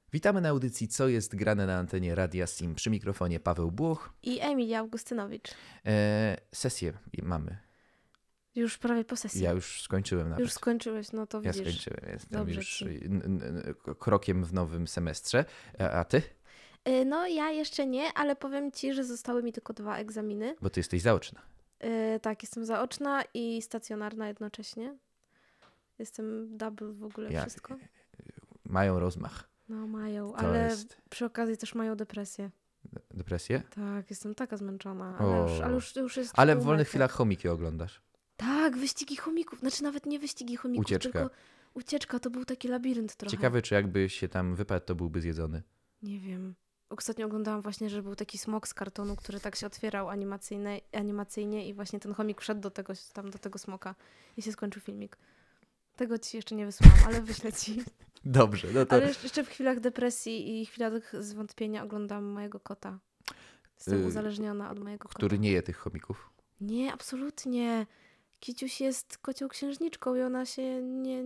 Witamy na audycji Co jest grane na antenie Radia Sim. Przy mikrofonie Paweł Błoch. I Emilia Augustynowicz. Sesję mamy. Już prawie po sesji. Ja już skończyłem nawet. Już skończyłeś, no to Ja widzisz. skończyłem, jestem Dobrze już ci. krokiem w nowym semestrze. A ty? No ja jeszcze nie, ale powiem ci, że zostały mi tylko 2 egzaminy. Bo ty jesteś zaoczna. Tak, jestem zaoczna i stacjonarna jednocześnie. Jestem double w ogóle wszystko. Mają rozmach. No mają, To ale jest przy okazji też mają depresję. depresję? Tak, jestem taka zmęczona, O. ale już jest Ale w półmetek. wolnych chwilach chomiki oglądasz. Tak, wyścigi chomików. Znaczy nawet nie wyścigi chomików, Ucieczka. tylko ucieczka. To był taki labirynt trochę. Ciekawe, czy jakby się tam wypadł, to byłby zjedzony. Nie wiem. Ostatnio oglądałam właśnie, że był taki smok z kartonu, który tak się otwierał animacyjnie i właśnie ten chomik wszedł do tego smoka i się skończył filmik. Tego ci jeszcze nie wysłałam, ale wyślę ci. Dobrze, no to... Ale jeszcze w chwilach depresji i chwilach zwątpienia oglądam mojego kota. Jestem uzależniona od mojego kota. Który nie je tych chomików. Nie, absolutnie. Kiciuś jest kocią księżniczką i ona się nie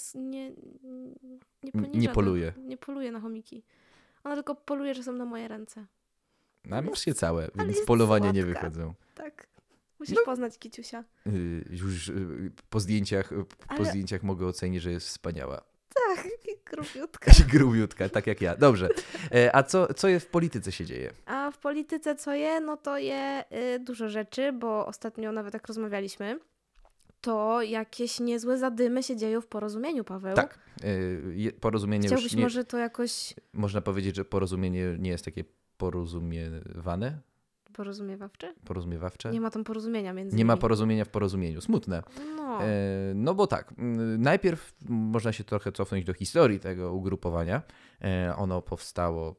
poniża. Nie poluje. Nie poluje na chomiki. Ona tylko poluje czasem na moje ręce. No, masz je całe, ale więc jest polowania nie słodka. wychodzą. Tak. Musisz poznać Kiciusia. Już po zdjęciach mogę ocenić, że jest wspaniała. Tak, grubiutka. Grubiutka, tak jak ja. Dobrze. A co w polityce się dzieje? A w polityce co je? No to je dużo rzeczy, bo ostatnio nawet jak rozmawialiśmy, to jakieś niezłe zadymy się dzieją w Porozumieniu, Paweł. Tak. Porozumienie Chciałbyś już nie... może to jakoś... Można powiedzieć, że porozumienie nie jest takie porozumiewane? Porozumiewawcze? Nie Nie ma tam porozumienia między Nie ma nimi. porozumienia w porozumieniu. Smutne. No. No bo tak, najpierw można się trochę cofnąć do historii tego ugrupowania. Ono powstało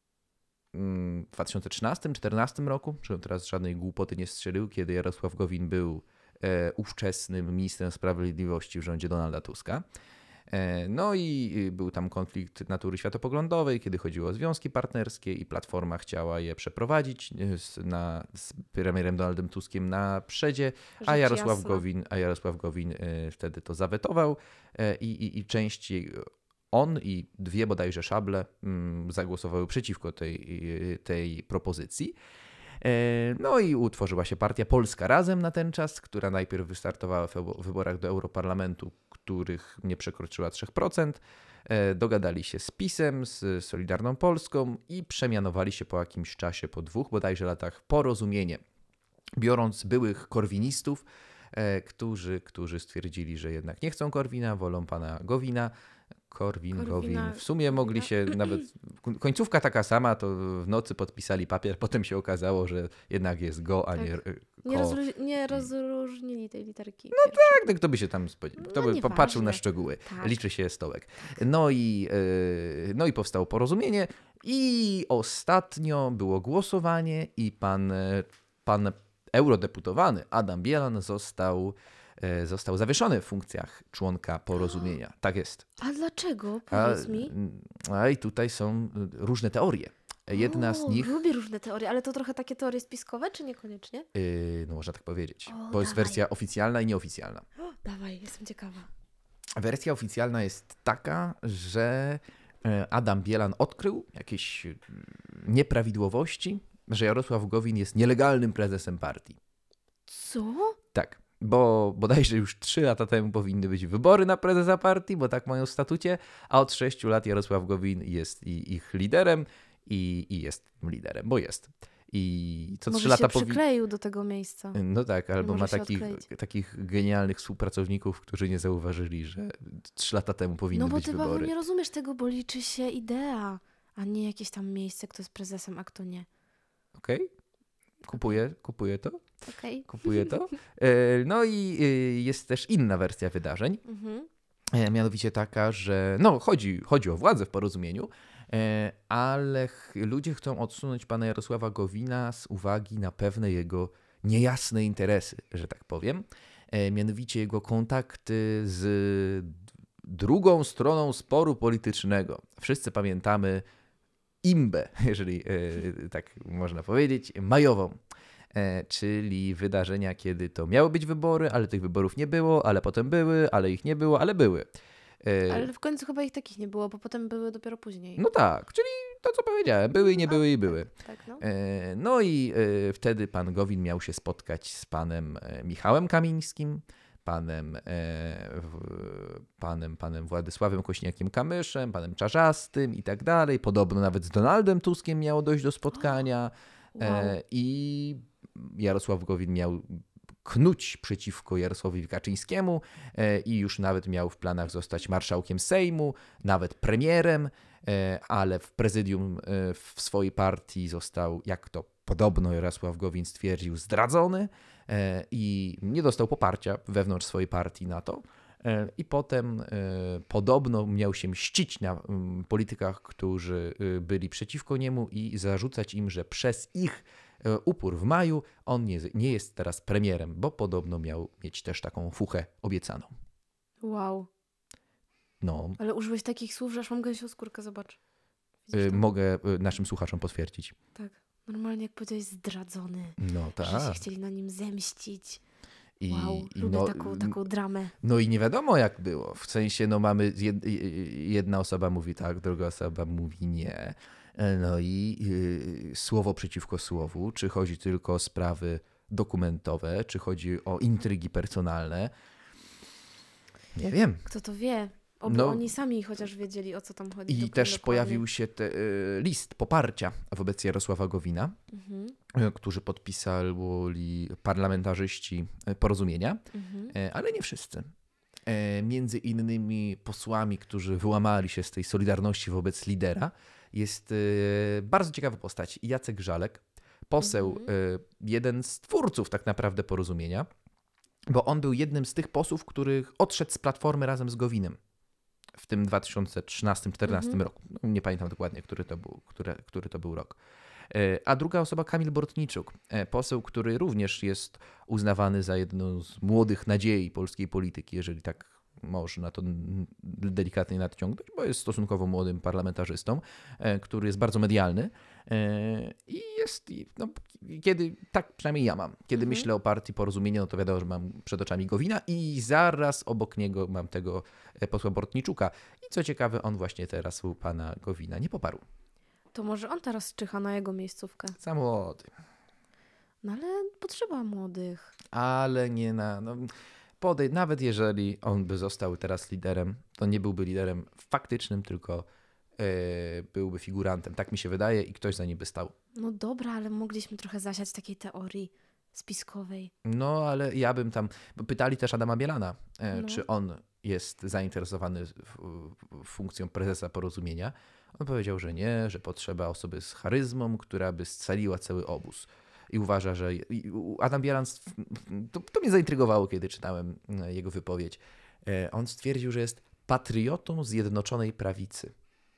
w 2013-2014 roku, żebym teraz żadnej głupoty nie strzelił, kiedy Jarosław Gowin był ówczesnym ministrem sprawiedliwości w rządzie Donalda Tuska. No i był tam konflikt natury światopoglądowej, kiedy chodziło o związki partnerskie i Platforma chciała je przeprowadzić z premierem Donaldem Tuskiem na przedzie, a Rzecz Jarosław Gowin wtedy to zawetował i część on i 2 bodajże szable zagłosowały przeciwko tej propozycji. No i utworzyła się partia Polska Razem na ten czas, która najpierw wystartowała w wyborach do Europarlamentu, których nie przekroczyła 3%. Dogadali się z PiS-em, z Solidarną Polską i przemianowali się po jakimś czasie, po 2 bodajże latach w Porozumienie. Biorąc byłych korwinistów, którzy stwierdzili, że jednak nie chcą Korwina, wolą pana Gowina. Gowin. W sumie mogli się nawet... Końcówka taka sama, to w nocy podpisali papier, potem się okazało, że jednak jest go, a Tak. nie Nie rozróżnili tej literki. No tak, kto by się tam spodziewał, kto by nieważne. popatrzył na szczegóły. Tak. Liczy się stołek. No i powstało Porozumienie i ostatnio było głosowanie i pan eurodeputowany Adam Bielan został zawieszony w funkcjach członka Porozumienia. Tak jest. A dlaczego? Powiedz mi. I tutaj są różne teorie. Jedna z nich... Lubię różne teorie, ale to trochę takie teorie spiskowe, czy niekoniecznie? No można tak powiedzieć. O, Bo jest dawaj. wersja oficjalna i nieoficjalna. Dawaj, jestem ciekawa. Wersja oficjalna jest taka, że Adam Bielan odkrył jakieś nieprawidłowości, że Jarosław Gowin jest nielegalnym prezesem partii. Co? Tak, bo bodajże już 3 lata temu powinny być wybory na prezesa partii, bo tak mają w statucie, a od 6 lat Jarosław Gowin jest ich liderem i jest liderem, bo jest. I co 3 Może lata się przykleił do tego miejsca. No tak, albo Może ma się odkleić. takich genialnych współpracowników, którzy nie zauważyli, że 3 lata temu powinny No bo być ty, wybory. Paweł, nie rozumiesz tego, bo liczy się idea, a nie jakieś tam miejsce, kto jest prezesem, a kto nie. Okej? Kupuję to. Okej. Kupuję to. No i jest też inna wersja wydarzeń. Mhm. Mianowicie taka, że no chodzi o władzę w Porozumieniu, ale ludzie chcą odsunąć pana Jarosława Gowina z uwagi na pewne jego niejasne interesy, że tak powiem. Mianowicie jego kontakty z drugą stroną sporu politycznego. Wszyscy pamiętamy imbę, jeżeli tak można powiedzieć, majową. Czyli wydarzenia, kiedy to miały być wybory, ale tych wyborów nie było, ale potem były, ale ich nie było, ale były. Ale w końcu chyba ich takich nie było, bo potem były dopiero później. No tak, czyli to, co powiedziałem, były i nie były i były. Tak, no. No i wtedy pan Gowin miał się spotkać z panem Michałem Kamińskim, panem Władysławem Kośniakiem-Kamyszem, panem Czarzastym i tak dalej. Podobno nawet z Donaldem Tuskiem miało dojść do spotkania. Wow. I Jarosław Gowin miał knuć przeciwko Jarosławowi Kaczyńskiemu i już nawet miał w planach zostać marszałkiem Sejmu, nawet premierem, ale w prezydium w swojej partii został, jak to podobno Jarosław Gowin stwierdził, zdradzony i nie dostał poparcia wewnątrz swojej partii na to. I potem podobno miał się mścić na politykach, którzy byli przeciwko niemu i zarzucać im, że przez ich upór w maju on nie jest teraz premierem, bo podobno miał mieć też taką fuchę obiecaną. Wow. No, Ale użyłeś takich słów, że aż mam gęsią skórkę, zobacz. Widzisz to? mogę naszym słuchaczom potwierdzić. Tak. Normalnie jak powiedziałeś zdradzony. No Że się tak. chcieli na nim zemścić. I, Wow, i lubię no, taką dramę. no i nie wiadomo jak było. W sensie, no mamy, jedna osoba mówi tak, druga osoba mówi nie. No i słowo przeciwko słowu, czy chodzi tylko o sprawy dokumentowe, czy chodzi o intrygi personalne. Nie wiem. Kto to wie? Oby No. oni sami chociaż wiedzieli, o co tam chodzi. I dokładnie. też pojawił się list poparcia wobec Jarosława Gowina, Mhm, którzy podpisali parlamentarzyści Porozumienia, mhm. ale nie wszyscy. Między innymi posłami, którzy wyłamali się z tej solidarności wobec lidera, jest bardzo ciekawa postać. Jacek Żalek, poseł, jeden z twórców tak naprawdę Porozumienia, bo on był jednym z tych posłów, których odszedł z Platformy razem z Gowinem w tym 2013-2014 roku. No, nie pamiętam dokładnie, który to był rok. A druga osoba Kamil Bortniczuk, poseł, który również jest uznawany za jedną z młodych nadziei polskiej polityki, jeżeli tak można to delikatnie nadciągnąć, bo jest stosunkowo młodym parlamentarzystą, który jest bardzo medialny i jest, no, kiedy, tak przynajmniej ja mam, kiedy myślę o partii Porozumienia, no to wiadomo, że mam przed oczami Gowina i zaraz obok niego mam tego posła Bortniczuka. I co ciekawe, on właśnie teraz u pana Gowina nie poparł. To może on teraz czyha na jego miejscówkę. Za młody. No ale potrzeba młodych. Ale nie na... No, nawet jeżeli on by został teraz liderem, to nie byłby liderem faktycznym, tylko byłby figurantem. Tak mi się wydaje i ktoś za nim by stał. No dobra, ale mogliśmy trochę zasiać takiej teorii spiskowej. No, ale ja bym tam... Bo pytali też Adama Bielana, No. czy on jest zainteresowany funkcją prezesa Porozumienia. On powiedział, że nie, że potrzeba osoby z charyzmą, która by scaliła cały obóz. I uważa, że Adam Bielan, to mnie zaintrygowało, kiedy czytałem jego wypowiedź. On stwierdził, że jest patriotą Zjednoczonej Prawicy.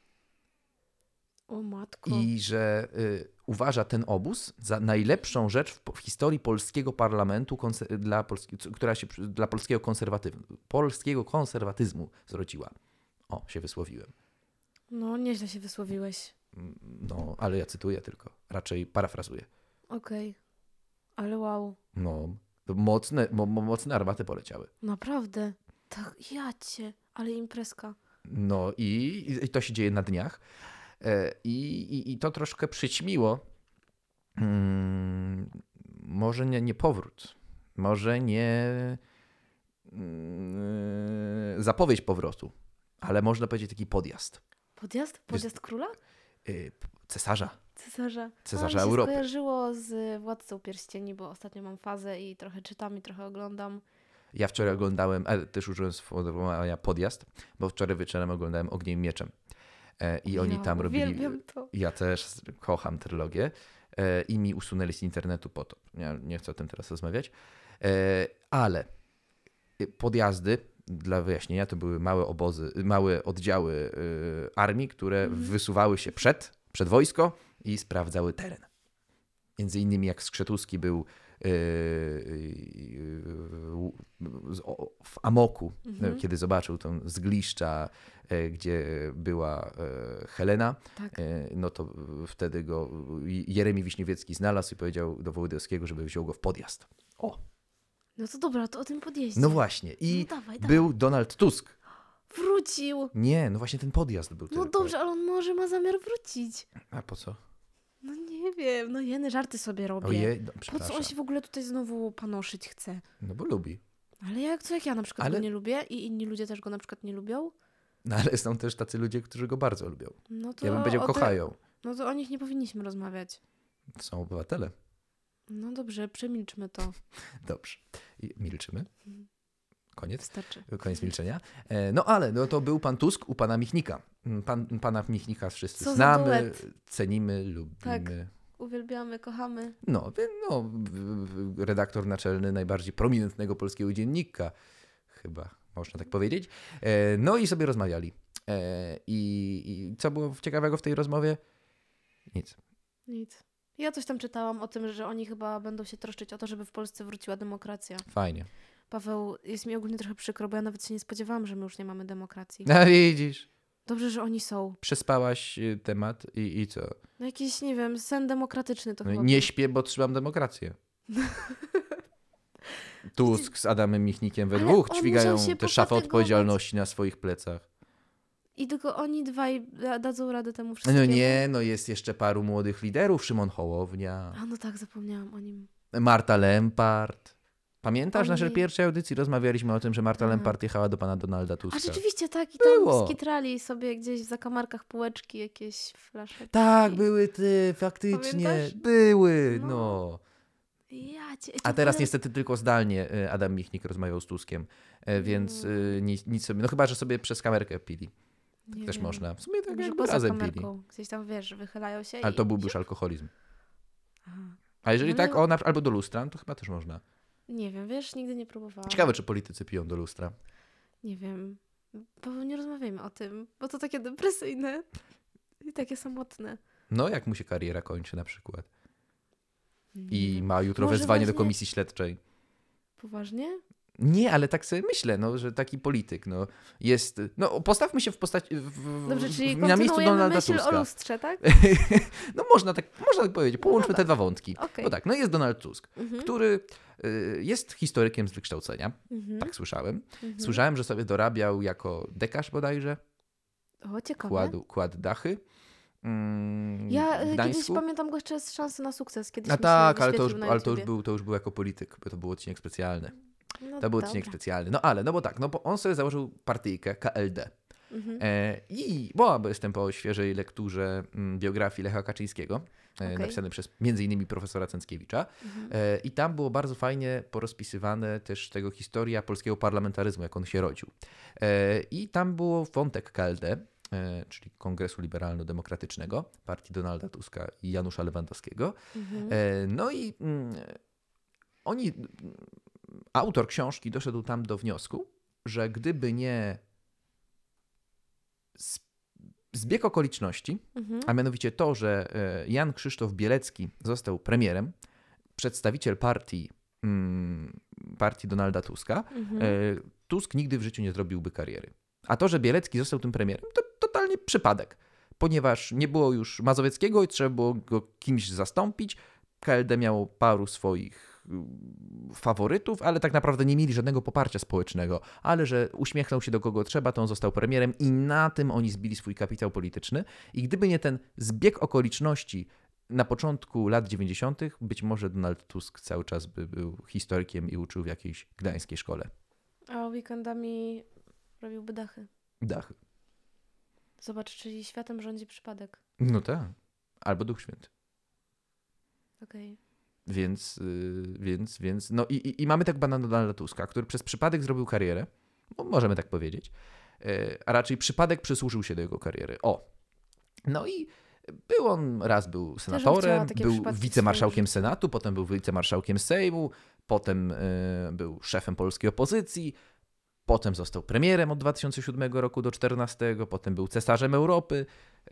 O matko. I że uważa ten obóz za najlepszą rzecz w historii polskiego parlamentu, która się dla polskiego konserwatyzmu zrodziła. O, się wysłowiłem. No, nieźle się wysłowiłeś. No, ale ja cytuję tylko, raczej parafrazuję. Okej. Ale wow. No, to mocne armaty poleciały. Naprawdę. Tak, ja cię. Ale imprezka. No i to się dzieje na dniach. I to troszkę przyćmiło. Może nie powrót. Może nie zapowiedź powrotu. Ale można powiedzieć taki podjazd. Podjazd? Podjazd króla? Cesarza. Cesarza. Cesarza Mi się Europy. skojarzyło z Władcą Pierścieni, bo ostatnio mam fazę i trochę czytam i trochę oglądam. Ja wczoraj oglądałem, ale też użyłem sformułowania podjazd, bo wczoraj wieczorem oglądałem Ogniem i Mieczem. I oni tam robili... Uwielbiam to. Ja też kocham trylogię i mi usunęli z internetu po to. Ja nie chcę o tym teraz rozmawiać. Ale podjazdy, dla wyjaśnienia, to były małe obozy, małe oddziały armii, które wysuwały się przed wojsko i sprawdzały teren. Między innymi jak Skrzetuski był w amoku, kiedy zobaczył tą zgliszcza, gdzie była Helena, Tak. no to wtedy go Jeremi Wiśniewiecki znalazł i powiedział do Wołodyjowskiego, żeby wziął go w podjazd. O! No to dobra, to o tym podjeździe. No właśnie. I No dawaj. był Donald Tusk, Wrócił! Nie, no właśnie ten podjazd był No tylko. dobrze, ale on może ma zamiar wrócić. A po co? No nie wiem, no jeny żarty sobie robię. Ojej, no, Po co przepraszam. on się w ogóle tutaj znowu panoszyć chce? No bo lubi. Ale jak ja na przykład Ale- go nie lubię i inni ludzie też go na przykład nie lubią? No ale są też tacy ludzie, którzy go bardzo lubią. No to Ja bym powiedział, kochają. No to o nich nie powinniśmy rozmawiać. To są obywatele. No dobrze, przemilczmy to. Dobrze. I milczymy. Koniec. Wystarczy. Koniec milczenia. No ale no to był pan Tusk u pana Michnika. Pana Michnika wszyscy Co za znamy, duet. cenimy, lubimy. Tak. Uwielbiamy, kochamy. No, redaktor naczelny najbardziej prominentnego polskiego dziennika. Chyba można tak powiedzieć. No i sobie rozmawiali. I co było ciekawego w tej rozmowie? Nic. Nic. Ja coś tam czytałam o tym, że oni chyba będą się troszczyć o to, żeby w Polsce wróciła demokracja. Fajnie. Paweł, jest mi ogólnie trochę przykro, bo ja nawet się nie spodziewałam, że my już nie mamy demokracji. No widzisz. Dobrze, że oni są. Przespałaś temat i co? No jakiś, nie wiem, sen demokratyczny to No, chyba nie był. śpię, bo trzymam demokrację. Tusk z Adamem Michnikiem we Ale dwóch on dźwigają musiał się te szafę pofatygować. odpowiedzialności na swoich plecach. I tylko oni dwaj dadzą radę temu No wszystkiemu. nie, no jest jeszcze paru młodych liderów. Szymon Hołownia, A no tak, zapomniałam o nim. Marta Lempart. Pamiętasz, w naszej Oni- pierwszej audycji rozmawialiśmy o tym, że Marta Aha. Lempart jechała do pana Donalda A Tuska. rzeczywiście tak, i tam Było. skitrali sobie gdzieś w zakamarkach półeczki jakieś flaszki. Tak, były ty, faktycznie. Pamiętasz? Były, No. no. Ja cię, A teraz niestety tylko zdalnie Adam Michnik rozmawiał z Tuskiem, więc nic sobie, no chyba, że sobie przez kamerkę pili. nie Też wiem. można. W sumie tak Może jakby poza razem pili. kamerką. Gdzieś tam, wiesz, wychylają się Ale i... to byłby już alkoholizm. Aha. A jeżeli No tak, nie- albo do lustra, no to chyba też można. Nie wiem, wiesz, nigdy nie próbowałam. Ciekawe, czy politycy piją do lustra. Nie wiem. Paweł, nie rozmawiajmy o tym, bo to takie depresyjne i takie samotne. No, jak mu się kariera kończy na przykład. Nie I wiem. ma jutro Może wezwanie do właśnie- komisji śledczej. Poważnie? Nie, ale tak sobie myślę, no, że taki polityk, no, jest... No, postawmy się w postaci... Dobrze, czyli na miejscu kontynuujemy Donalda myśl Tuska. o lustrze, tak? No, można tak powiedzieć. Połączmy dobra. te dwa wątki. Okej. No tak, no jest Donald Tusk, Mhm. który jest historykiem z wykształcenia. Mhm. Tak słyszałem. Mhm. Słyszałem, że sobie dorabiał jako dekarz bodajże. O, ciekawe. Kładł dachy. Ja w kiedyś Gdańsku. pamiętam go jeszcze z Szansy na sukces. Kiedyś A mi się tak, ale wyświetlił na to już YouTubie. był jako polityk, bo to był odcinek specjalny. No To był dobra. odcinek specjalny. No bo tak, no bo on sobie założył partyjkę KLD. Mhm. Bo jestem po świeżej lekturze biografii Lecha Kaczyńskiego, Okej. napisanej przez m.in. profesora Cęckiewicza. Mhm. I tam było bardzo fajnie porozpisywane też tego historia polskiego parlamentaryzmu, jak on się rodził. I tam było wątek KLD, czyli Kongresu Liberalno-Demokratycznego, partii Donalda Tuska i Janusza Lewandowskiego. Mhm. No i autor książki doszedł tam do wniosku, że gdyby nie zbieg okoliczności, Mhm. a mianowicie to, że Jan Krzysztof Bielecki został premierem, przedstawiciel partii Donalda Tuska, Mhm. Tusk nigdy w życiu nie zrobiłby kariery. A to, że Bielecki został tym premierem, to totalnie przypadek, ponieważ nie było już Mazowieckiego i trzeba było go kimś zastąpić. KLD miało paru swoich faworytów, ale tak naprawdę nie mieli żadnego poparcia społecznego, ale że uśmiechnął się do kogo trzeba, to on został premierem i na tym oni zbili swój kapitał polityczny. I gdyby nie ten zbieg okoliczności na początku lat 90., być może Donald Tusk cały czas by był historykiem i uczył w jakiejś gdańskiej szkole. A weekendami robiłby dachy. Dachy. Zobacz, czyli światem rządzi przypadek. No tak. Albo Duch Święty. Okej. Więc no i mamy tak pana Donalda Tuska, który przez przypadek zrobił karierę, możemy tak powiedzieć, a raczej przypadek przysłużył się do jego kariery. No i był senatorem, takie był przypadki w wicemarszałkiem swoim życiu. Senatu, potem był wicemarszałkiem Sejmu, potem był szefem polskiej opozycji, potem został premierem od 2007 roku do 2014, potem był cesarzem Europy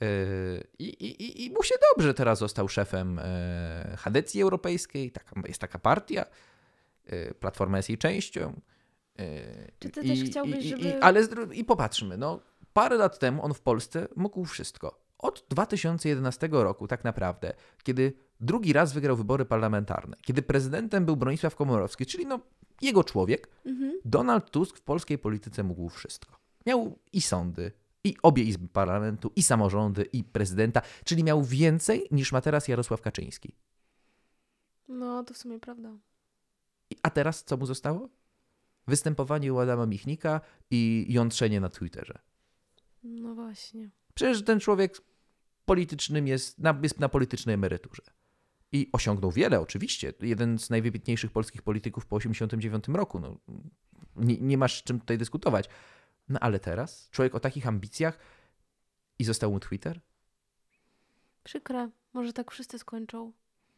i mu się dobrze teraz został szefem Chadecji Europejskiej. Jest taka partia, Platforma jest jej częścią. Czy ty też chciałbyś, żeby... I popatrzmy, no parę lat temu on w Polsce mógł wszystko. Od 2011 roku tak naprawdę, kiedy drugi raz wygrał wybory parlamentarne, kiedy prezydentem był Bronisław Komorowski, czyli no jego człowiek, Mhm. Donald Tusk w polskiej polityce mógł wszystko. Miał i sądy, i obie izby parlamentu, i samorządy, i prezydenta, czyli miał więcej niż ma teraz Jarosław Kaczyński. No, to w sumie prawda. A teraz co mu zostało? Występowanie u Adama Michnika i jątrzenie na Twitterze. No właśnie. Przecież ten człowiek politycznym jest na politycznej emeryturze. I osiągnął wiele, oczywiście. Jeden z najwybitniejszych polskich polityków po 1989 roku. No, nie masz czym tutaj dyskutować. No ale teraz człowiek o takich ambicjach i został mu Twitter? Przykre. Może tak wszyscy skończą,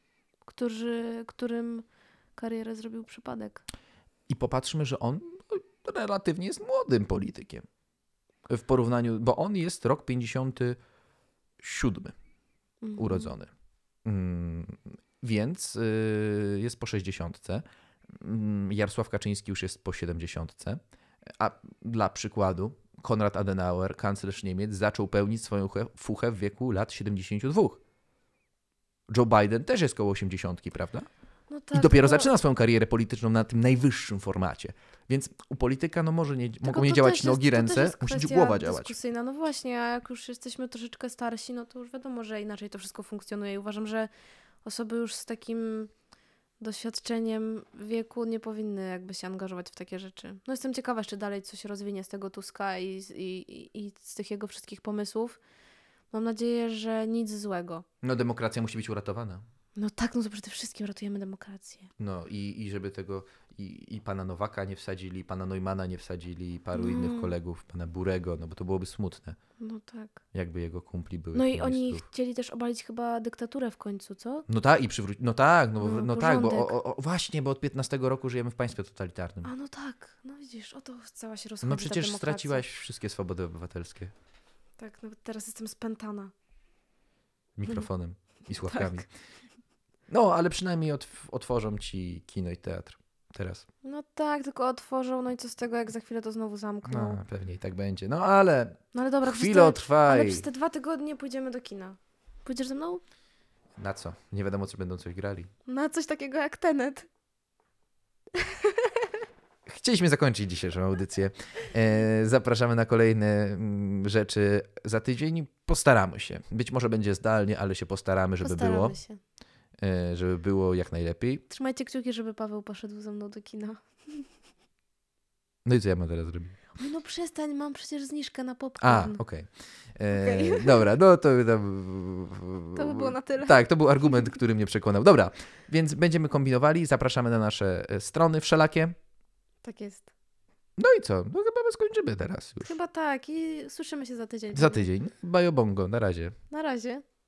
którym karierę zrobił przypadek. I popatrzmy, że on relatywnie jest młodym politykiem. W porównaniu, bo on jest rok 57 urodzony. Więc jest po 60. Jarosław Kaczyński już jest po 70. A dla przykładu Konrad Adenauer, kanclerz Niemiec, zaczął pełnić swoją fuchę w wieku lat 72. Joe Biden też jest koło 80, prawda? No tak, I dopiero zaczyna swoją karierę polityczną na tym najwyższym formacie. Więc u polityka mogą nie działać nogi, ręce, musi głowa działać. Dyskusyjna. No właśnie, a jak już jesteśmy troszeczkę starsi, no to już wiadomo, że inaczej to wszystko funkcjonuje. I uważam, że osoby już z takim doświadczeniem wieku nie powinny jakby się angażować w takie rzeczy. No jestem ciekawa, czy dalej coś rozwinie z tego Tuska i z tych jego wszystkich pomysłów. Mam nadzieję, że nic złego. No demokracja musi być uratowana. No tak, no to przede wszystkim ratujemy demokrację. No i żeby tego i pana Nowaka nie wsadzili, pana Neumana nie wsadzili, i paru innych kolegów, pana Burego, no bo to byłoby smutne. No tak. Jakby jego kumpli były. No i oni chcieli też obalić chyba dyktaturę w końcu, co? No tak, i przywrócić. No tak, no tak, bo porządek. właśnie, bo od 15 roku żyjemy w państwie totalitarnym. A no tak, no widzisz, o to cała się rozchodzi No ta przecież demokracja. straciłaś wszystkie swobody obywatelskie. Tak, no teraz jestem spętana. Mikrofonem i sławkami. Tak. No, ale przynajmniej otworzą ci kino i teatr teraz. No tak, tylko otworzą, no i co z tego, jak za chwilę to znowu zamkną. No, pewnie i tak będzie. No, ale No ale dobra, chwilę ale trwaj. przez te 2 tygodnie pójdziemy do kina. Pójdziesz ze mną? Na co? Nie wiadomo, czy będą coś grali. Na coś takiego jak Tenet. Chcieliśmy zakończyć dzisiejszą audycję. Zapraszamy na kolejne rzeczy za tydzień. Postaramy się. Być może będzie zdalnie, ale się postaramy, Postaramy się. Żeby było jak najlepiej. Trzymajcie kciuki, żeby Paweł poszedł ze mną do kina. No i co ja mam teraz zrobić? Oj, no przestań, mam przecież zniżkę na popcorn. Okej. Dobra, no to To by było na tyle. Tak, to był argument, który mnie przekonał. Dobra, więc będziemy kombinowali. Zapraszamy na nasze strony wszelakie. Tak jest. No i co? No chyba my skończymy teraz już. Chyba tak i słyszymy się za tydzień. Za tydzień. Bajo bongo. Na razie. Na razie.